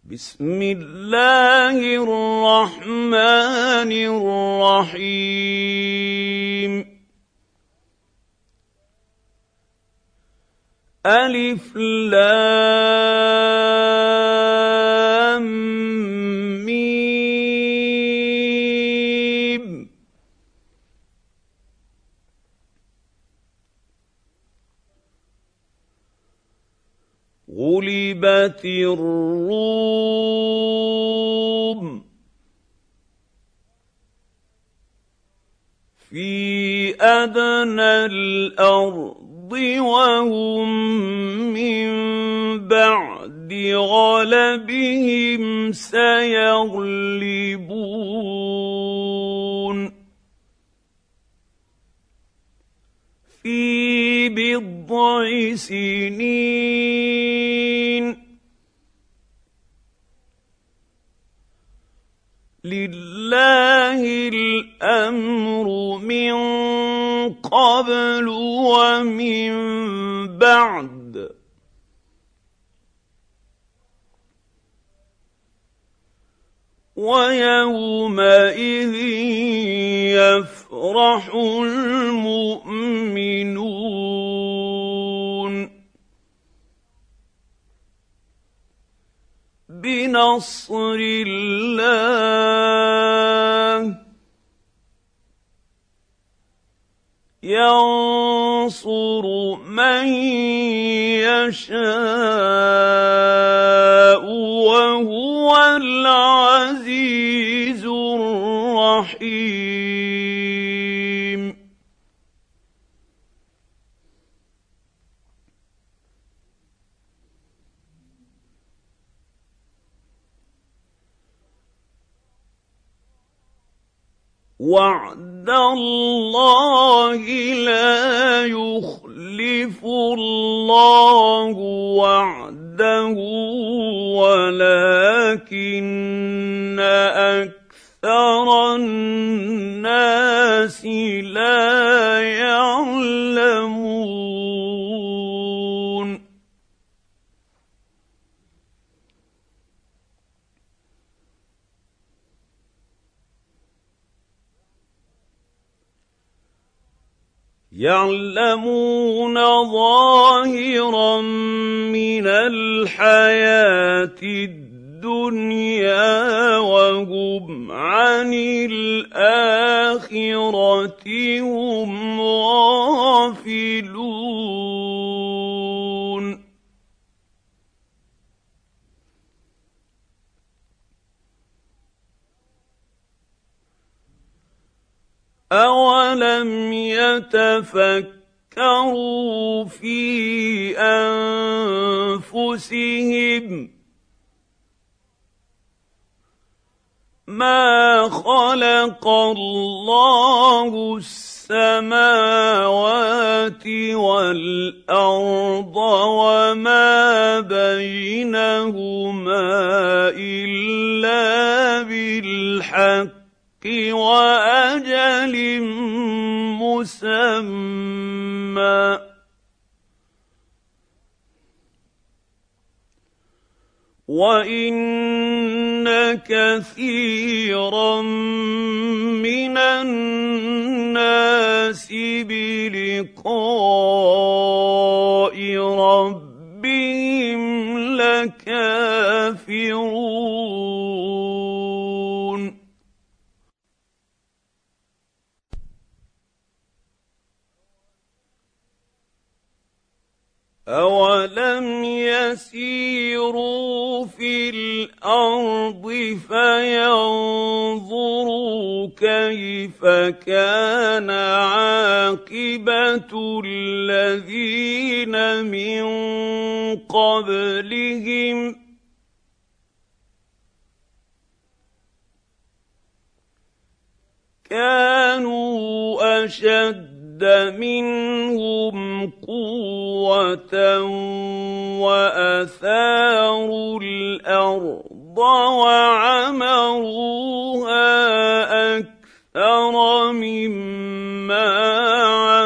بسم الله الرحمن الرحيم ألف لام ميم غلبت الروم في أدنى الأرض وهم من بعد غلبهم سيغلبون في بضع سنين لله الأمر من قبل ومن بعد ويومئذ يفرح المؤمنون بنصر الله ينصر من يشاء وهو العزيز الرحيم وعد الله لا يخلف الله وعده ولكن أكثر الناس لا يعلمون يعلمون ظاهرا من الحياة الدنيا وهم عن الآخرة هم غافلون أولم يتفكروا في أنفسهم ما خلق الله السماوات والأرض وما بينهما إلا بالحق وأجل مسمى وإن كثيرا من الناس بلقاء ربهم لكافرون أولم يسيروا في الأرض فينظروا كيف كان عاقبة الذين من قبلهم كانوا أشد منهم قوة وأثاروا الأرض وعمروها أكثر مما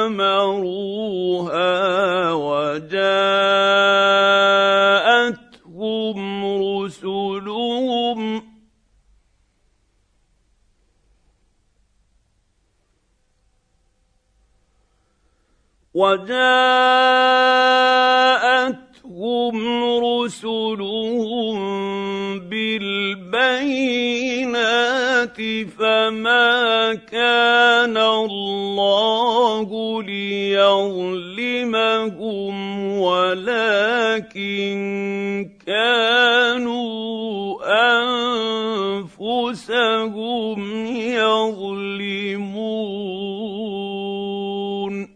عمروها وجاءتهم رسلهم بالبينات فما كان الله ليظلمهم ولكن كانوا أنفسهم يظلمون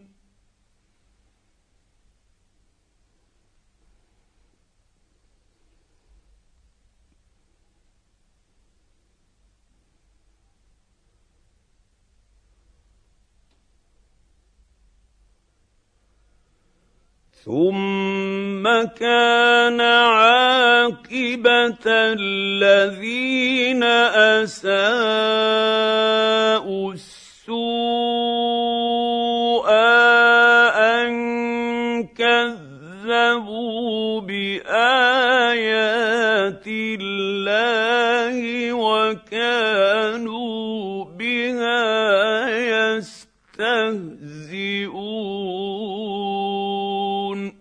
ثم كان عاقبة الذين أساءوا السوء أن كذبوا بآيات الله وكانوا بها يستهزئون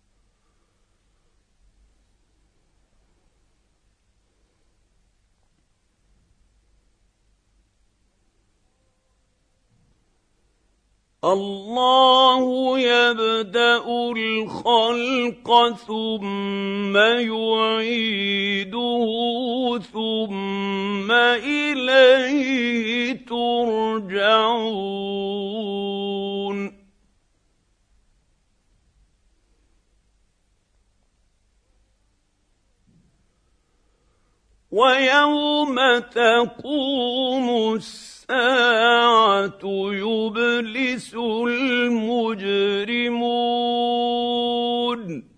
الله يبدأ الخلق ثم يعيده ثم إليه ترجعون ويوم تقوم الساعة يبلس المجرمون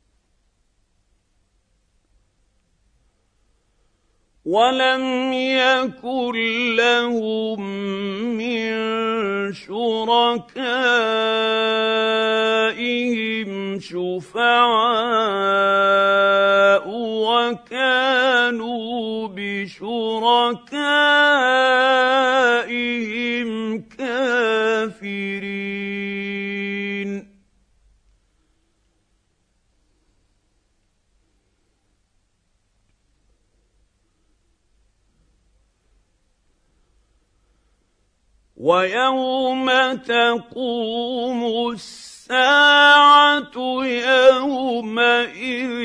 ولم يكن لهم من شركائهم شفعاء وكانوا بشركائهم كافرين ويوم تقوم الساعة يومئذ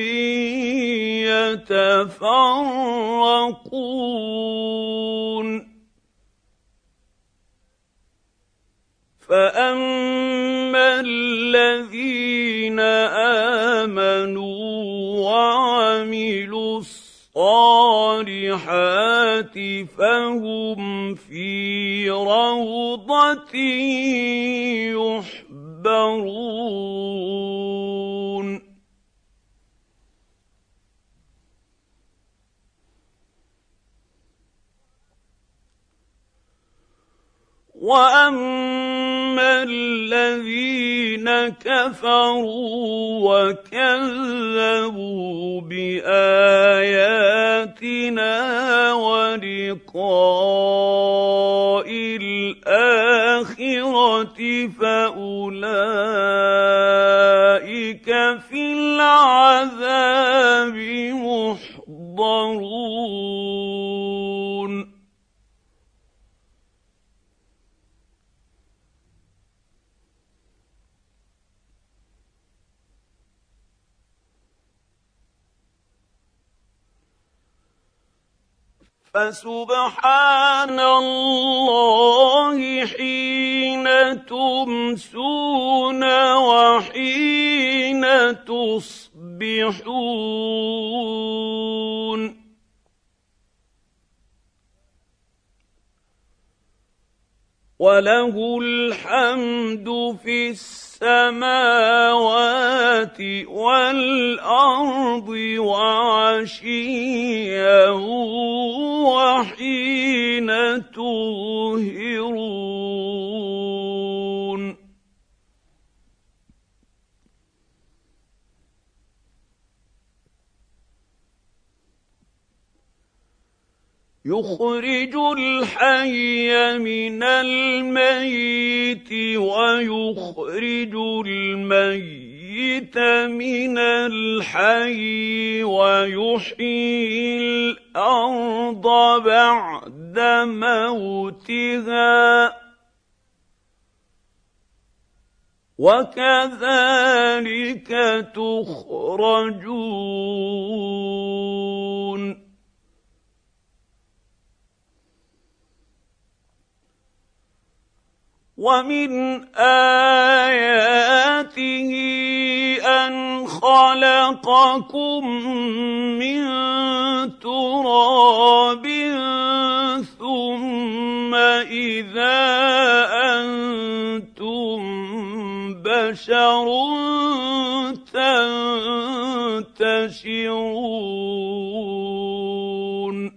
يتفرقون فأما الذين آمنوا وعملوا الصالحات فهم في روضة يحبرون وأما الذين كفروا وكذبوا بآياتنا ولقاء الآخرة فأولئك في العذاب محضرون فسبحان الله حين تمسون وحين تصبحون وله الحمد في السماوات والأرض وعشيا وحين تظهرون يخرج الحي من الميت ويخرج الميت من الحي ويحيي الأرض بعد موتها وكذلك تخرجون ومن آياته أن خلقكم من تراب ثم إذا أنتم بشر تنتشرون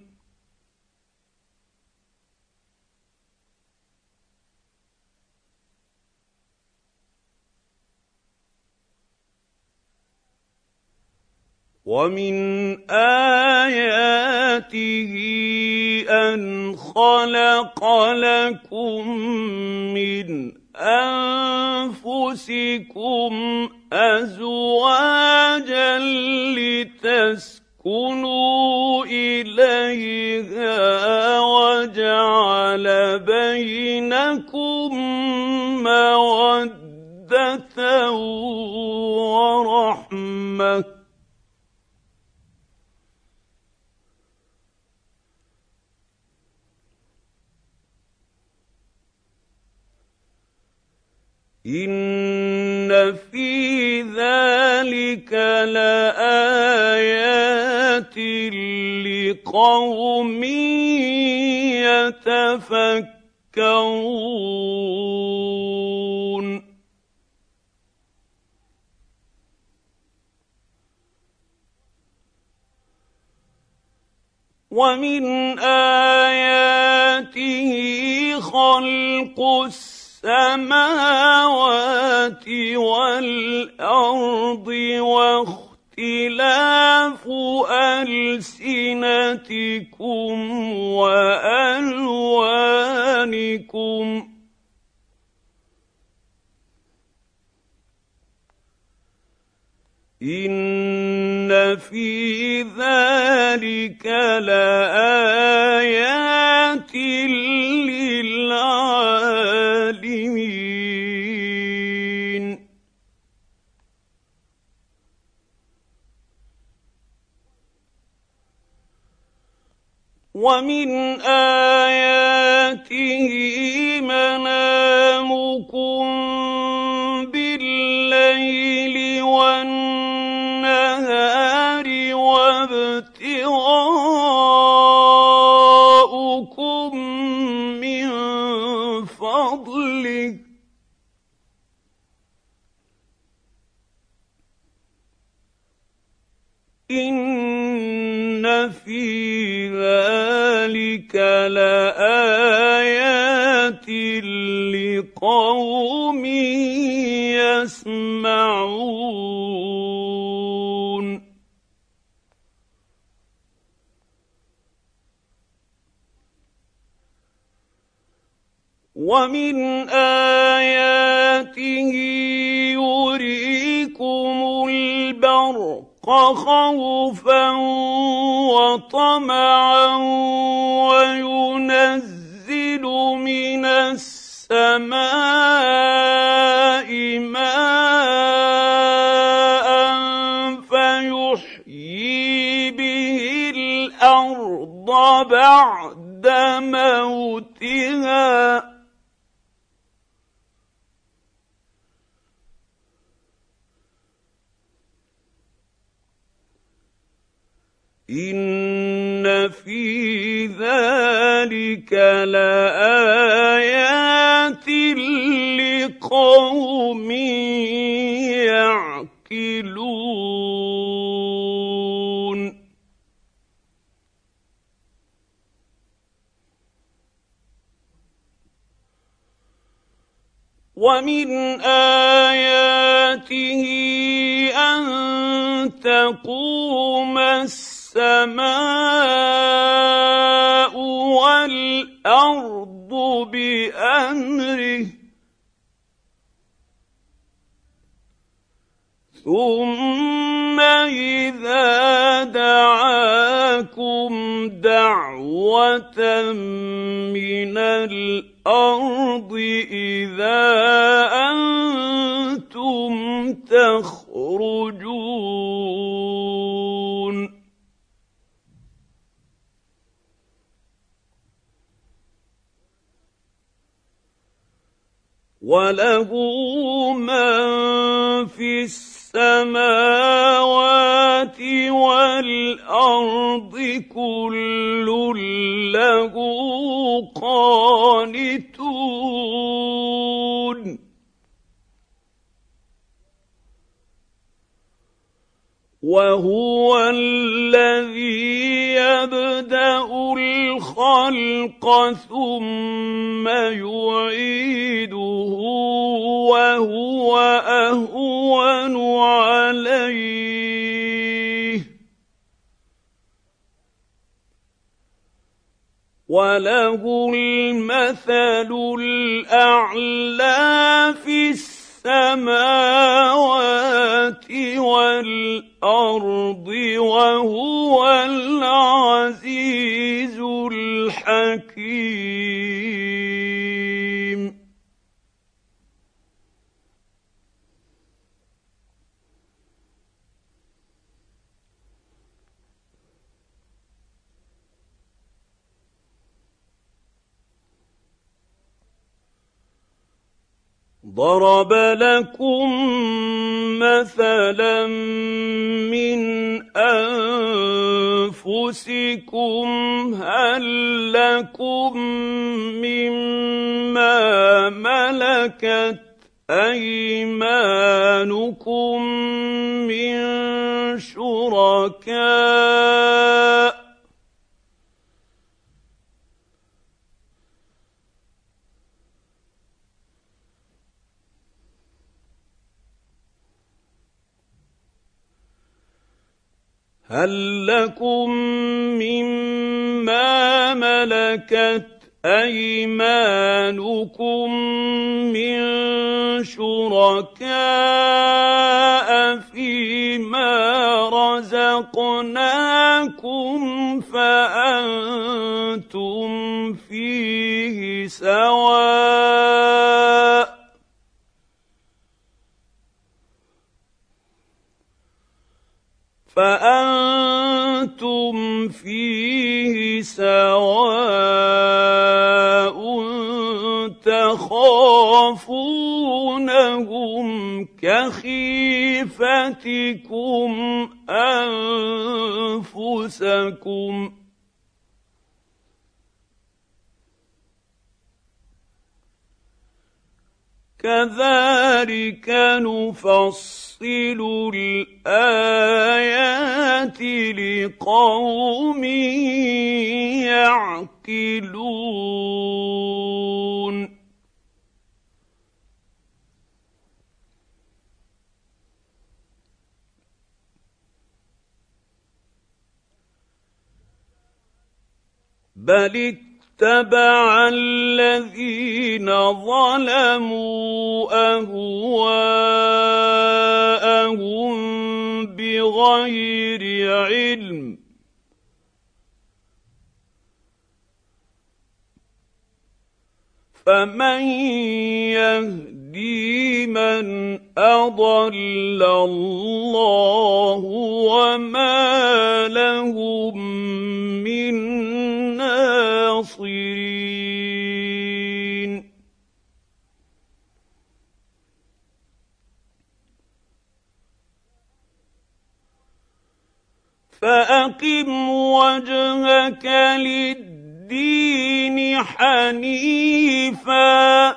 ومن آياته أن خلق لكم من أنفسكم أزواجا لتسكنوا إليها وجعل بينكم مودة ورحمة إن في ذلك لآيات لقوم يتفكرون ومن آياته خلق السماوات والأرض واختلاف ألسنتكم وألوانكم إن في ذلك لآيات للعالمين ومن آياته منامكم بالليل والنهار وابتغاؤكم من فضله إن في ذلك لآيات لقوم يسمعون ومن آياته يريكم البرق خوفا وطمعا وينزل من السماء ماء فيحيي به الأرض بعد موتها إن في ذلك لآيات لقوم يعقلون ومن آياته أن تقوم السماء ثم إذا دعاكم دعوة من الأرض إذا أنتم تخرجون وله من في السماوات والأرض كل له قانتون وهو الذي يبدأ الخلق ثم يعيده وهو أهون عليه وله المثل الأعلى في السماوات والأرض وهو العزيز الحكيم ضرب لكم مثلا من أنفسكم هل لكم مما ملكت أيمانكم من شركاء هل لكم مما ملكت أيمانكم من شركاء فيما رزقناكم فأنتم فيه سواء تخافونهم كخيفتكم أنفسكم كذلك نفصل الآيات لقوم يعقلون بل اتبع الذين ظلموا أهواءهم بغير علم فمن يهدي من أضل الله وما لهم من ناصرين فأقم وجهك للدين حنيفا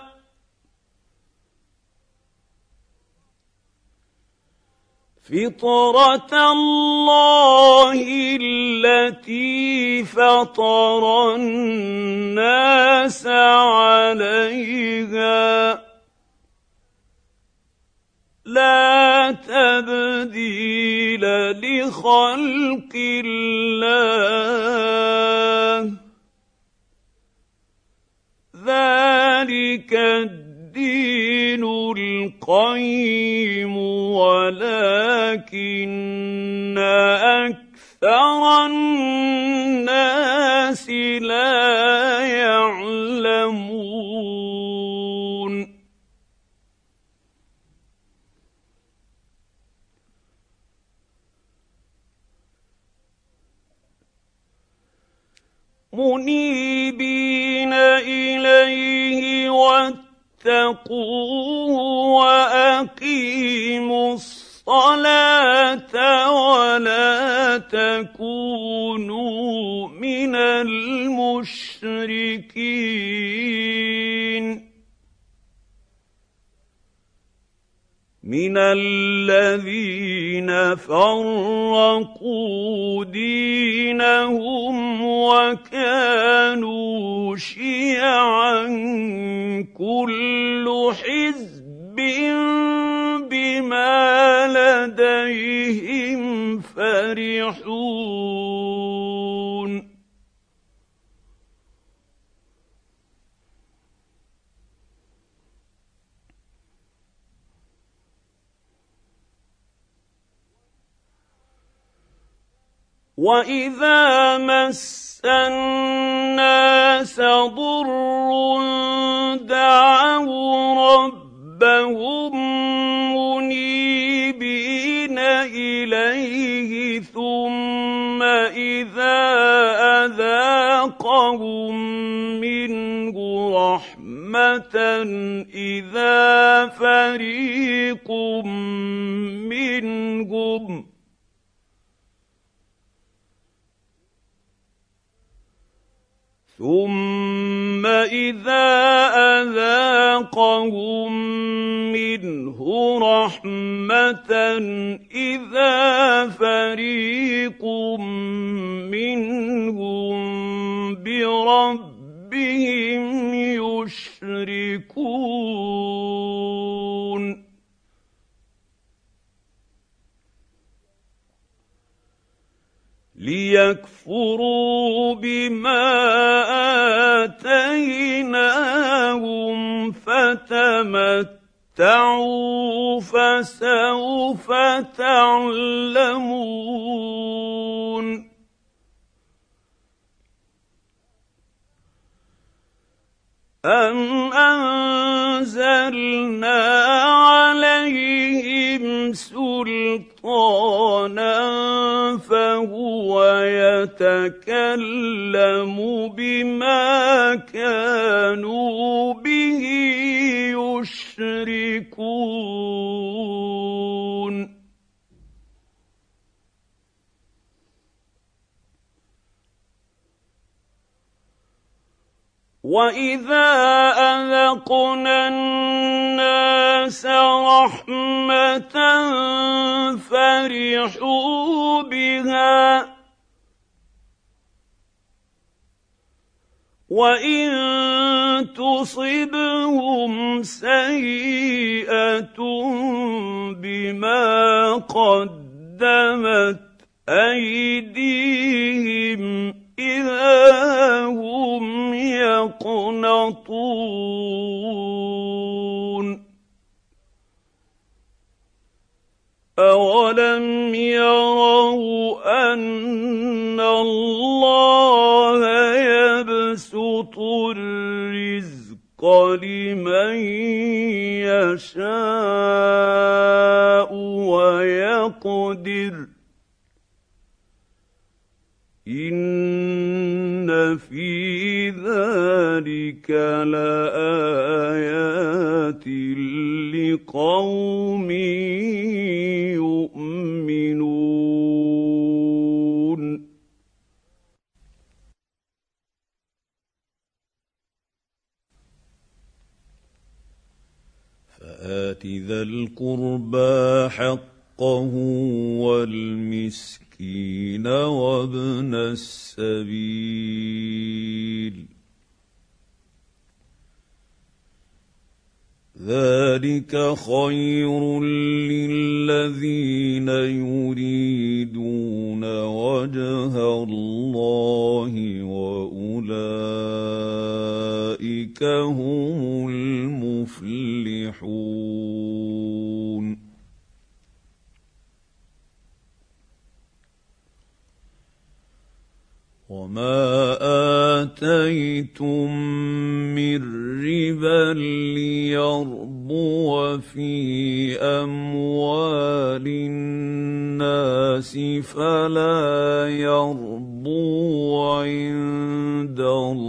فطرة الله التي فطر الناس عليها لا تبديل لخلق الله ذلك الدين القيم ولكن اكثر الناس لا يعلمون منيبين إليه واتقوه وأقيموا الصلاة ولا تكونوا من المشركين من الذين فرقوا دينهم وكانوا شيعا كل حزب بما لديهم فرحون وَإِذَا مَسَّ النَّاسَ ضُرٌّ دَعَوْا رَبَّهُم مُّنِيبِينَ إِلَيْهِ ثُمَّ إِذَا أَذَاقَهُم مِّنْهُ رَحْمَةً إِذَا فَرِيقٌ منهم بربهم يشركون ليكفروا بما آتيناهم فتمتعوا فسوف تعلمون أم أنزلنا عليهم سلطانا فهو يتكلم بما كانوا به يشركون وَإِذَا أَذَقْنَا النَّاسَ رَحْمَةً فَرِحُوا بِهَا وَإِن تُصِبْهُمْ سَيِّئَةٌ بِمَا قَدَّمَتْ أَيْدِيهِمْ إِذَا هُمْ يَقْنَطُونَ أَوَلَمْ يَرَوْا أَنَّ اللَّهَ يَبْسُطُ الرِّزْقَ لِمَن يَشَاءُ وَيَقْدِرُ إِنَّ فِي ذَلِكَ لَآيَاتٍ لِقَوْمٍ يُؤْمِنُونَ فآت ذا القربى حقه والمسكين وابن السبيل ذلك خير للذين يريدون وجه الله وأولئك هم المفلحون وما آتيتم من ربا ليربو في أموال الناس فلا يربو عند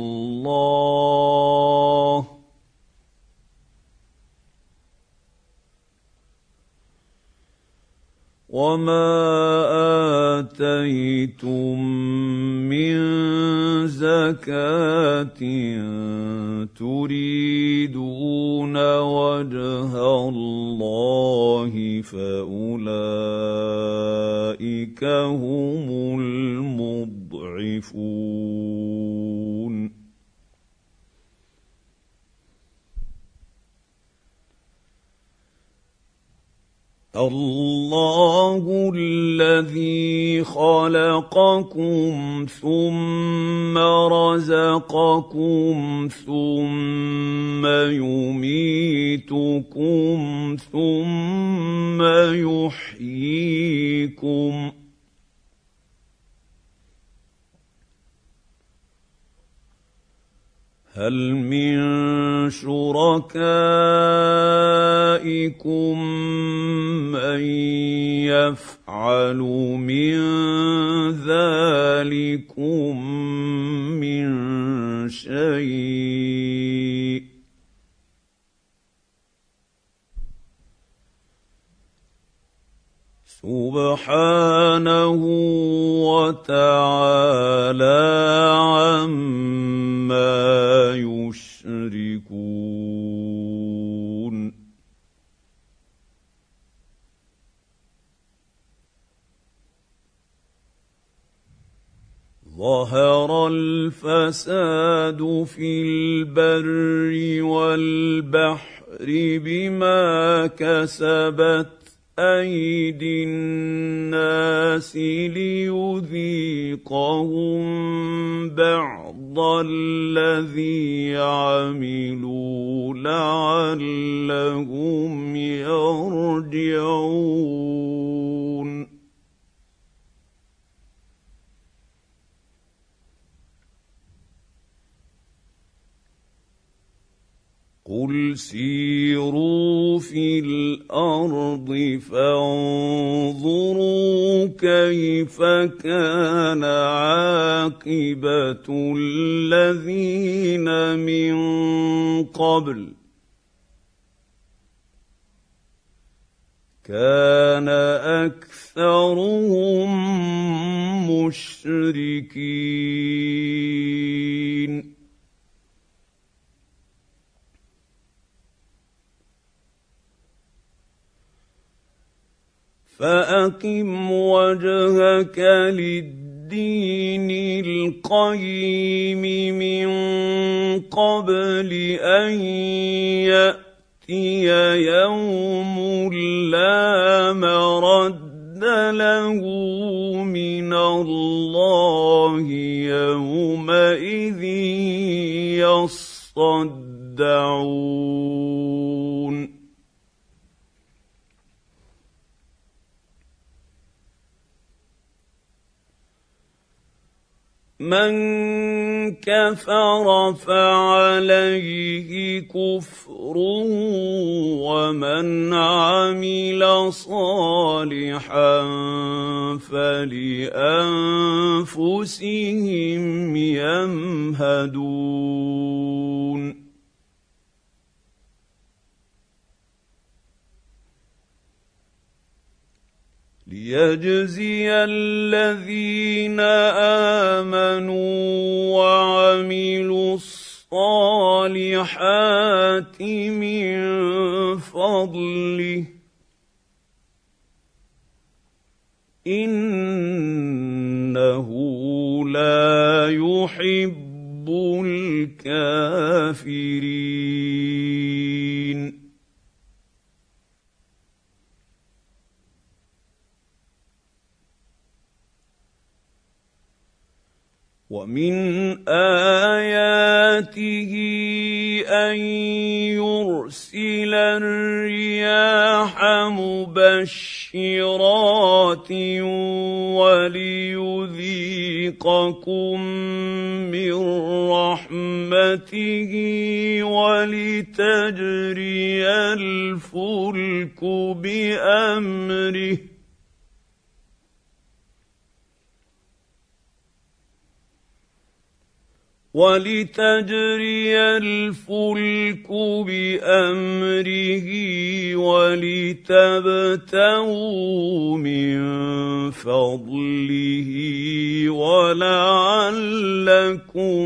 الله، وما آتيتم من زكاة تريدون وجه الله فأولئك هم المضعفون. الله الذي خلقكم ثم رزقكم ثم يميتكم ثم يحييكم، هل من شركائكم من يفعل من ذلكم من شيء؟ سبحانه وتعالى عما يشركون. ظهر الفساد في البر والبحر بما كسبت أيدي الناس ليذيقهم بعض الذي عملوا لعلهم يرجعون. قل سيروا في الأرض فانظروا كيف كان عاقبة الذين من قبل، كان أكثرهم مشركين. فأقم وجهك للدين القيم من قبل أن يأتي يوم لا مرد له من الله يومئذ يصدعون. من كفر فعليه كفره ومن عمل صالحا فلأنفسهم يمهدون. ليجزي الذين آمنوا وعملوا الصالحات من فضله إنه لا يحب الكافرين. ومن آياته أن يرسل الرياح مبشرة مبشرات وليذيقكم من رحمته ولتجري الفلك بأمره ولتبتغوا من فضله ولعلكم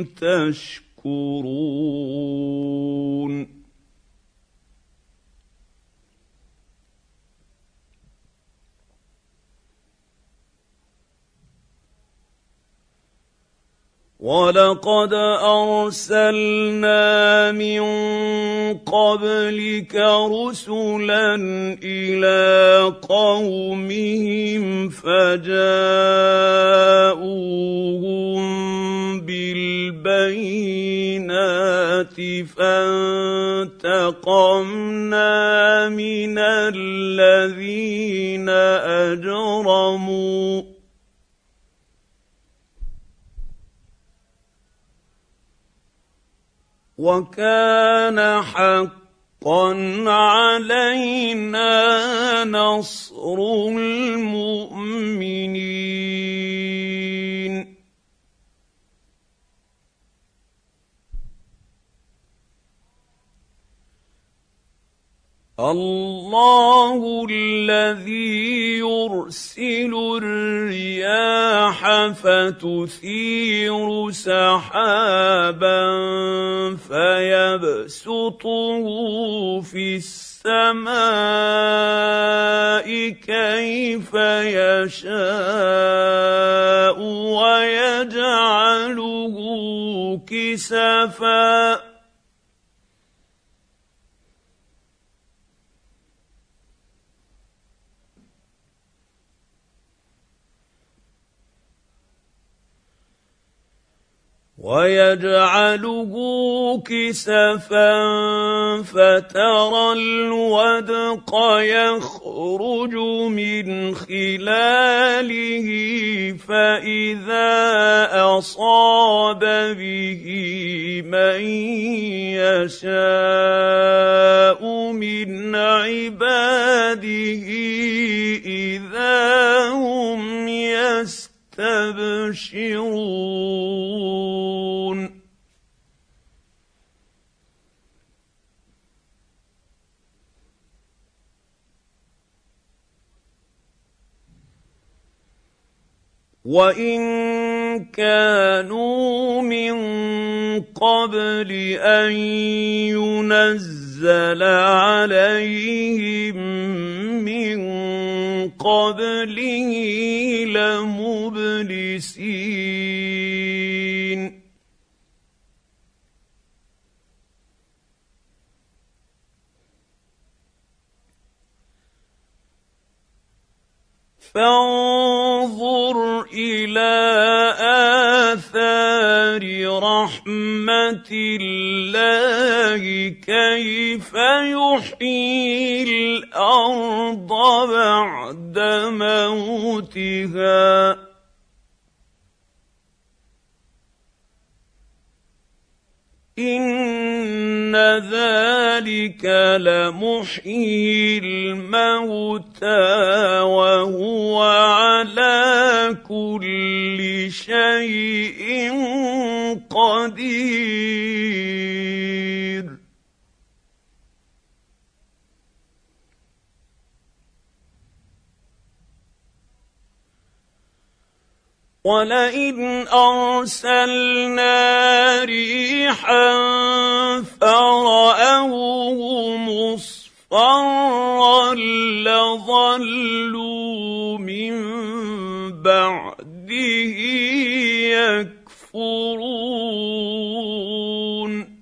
تشكرون. وَلَقَدْ أَرْسَلْنَا مِن قَبْلِكَ رُسُلًا إِلَىٰ قَوْمِهِمْ فَجَاءُوهُم بِالْبَيِّنَاتِ فَانتَقَمْنَا مِنَ الَّذِينَ أَجْرَمُوا وَكَانَ حَقًّا عَلَيْنَا نَصْرُ الْمُؤْمِنِينَ. اللَّهُ الَّذِي يُرْسِلُ الرِّيَاحَ فَتُثِيرُ سَحَابًا فَيَبْسُطُهُ فِي السَّمَاءِ كَيْفَ يَشَاءُ وَيَجْعَلُهُ كِسَفًا فَتَرَى الْوَدْقَ يَخْرُجُ مِنْ خِلَالِهِ فَإِذَا أَصَابَ بِهِ مَن يَشَاءُ مِنْ عِبَادِهِ إِذَا هُمْ يَسْتَبْشِرُونَ. وَإِن كَانُوا مِن قَبْلِ أَن يُنَزَّلَ عَلَيْهِم مِّن قَبْلِهِ لَمُبْلِسِينَ. فانظُرْ إِلَىٰ آثَارِ رَحْمَتِ اللَّهِ كَيْفَ يُحْيِي الْأَرْضَ بَعْدَ مَوْتِهَا ۚ إِنَّ ذَٰلِكَ لَمُحْيِي الْمَوْتَىٰ وَهُوَ عَلَىٰ كُلِّ شَيْءٍ قَدِيرٌ. وَلَئِنْ أَرْسَلْنَا رِيحًا فَرَأَوْهُ مُصْفَرًّا لَّظَلُّوا مِن بَعْدِهِ يَكْفُرُونَ.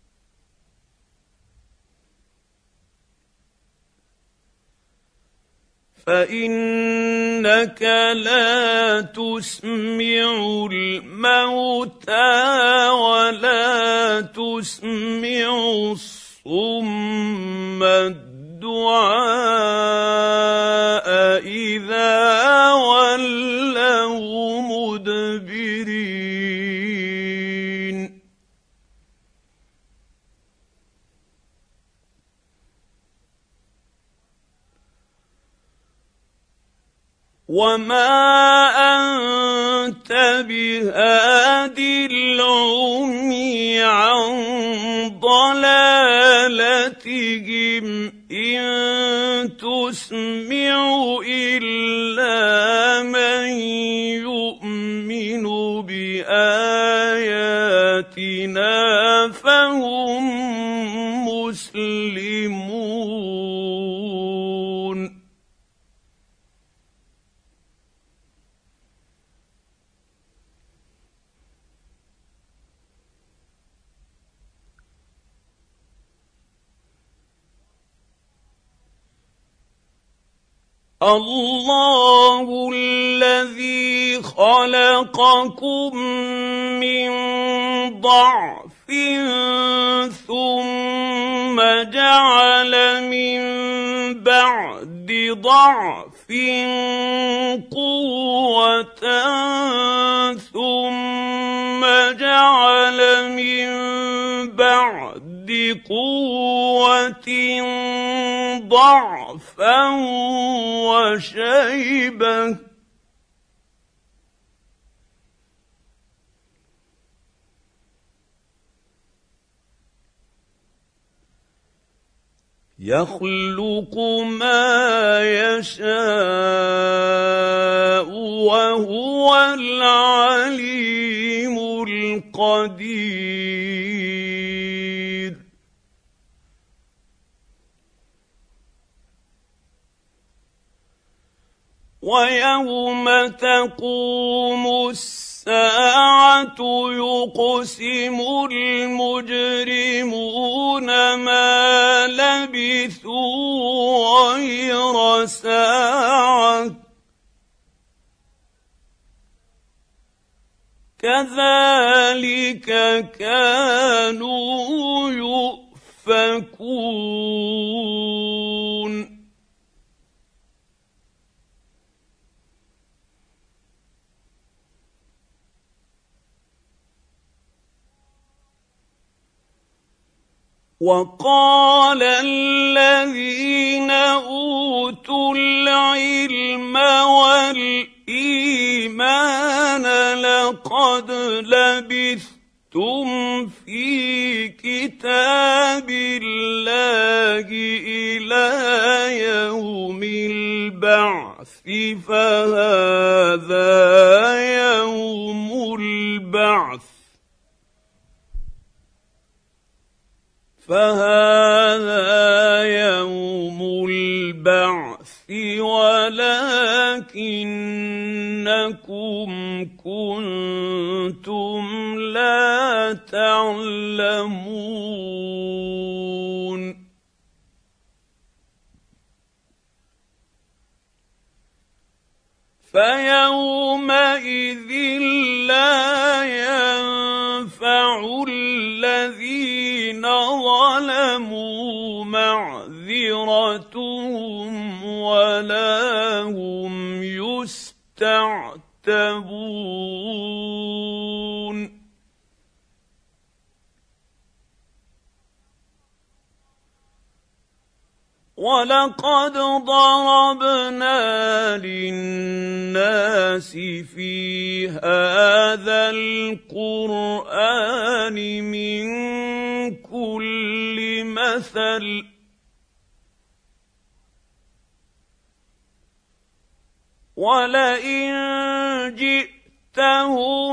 فَإِنَّكَ لَا تُسْمِعُ الْمَوْتَىٰ وَلَا تُسْمِعُ الصُّمَّ الدُّعَاءَ مدبرين وما انت بهاد العمي عن ضلالتهم ان تسمع الا من يؤمن باياتنا فهم مسلمون الله الذي خلقكم من ضعف ثم جعل من بعد ضعف قوة ثم جعل من بعد قوة ضعفا وشيبة يخلق ما يشاء وهو العليم القدير ويوم تقوم الساعة يقسم المجرمون ما لبثوا غير ساعة كذلك كانوا يؤفكون وقال الذين اوتوا العلم والايمان لقد لبثتم في كتاب الله الى يوم البعث فهذا يوم البعث ولكنكم كنتم لا تعلمون فيومئذ لا ينفع الذين ظلموا معذرتهم ولا هم يستعتبون ولقد ضربنا للناس في هذا القرآن من كل مثل ولئن جئتهم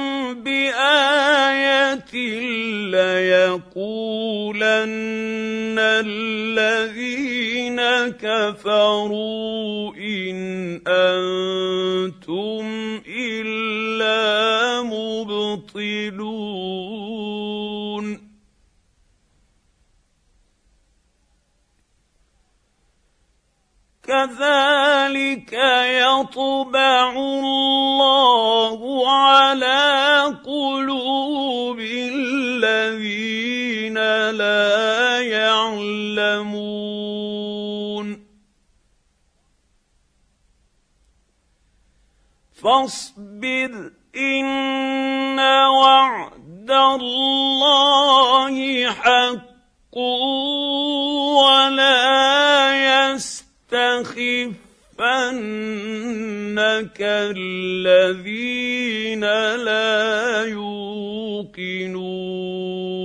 بآية ليقولن الذين كفروا إن أنتم إلا مبطلون كذلك يطبع الله على قلوب الذين لا يعلمون فاصبر إن وعد الله حق ولا يستخفنك الذين لا يوقنون.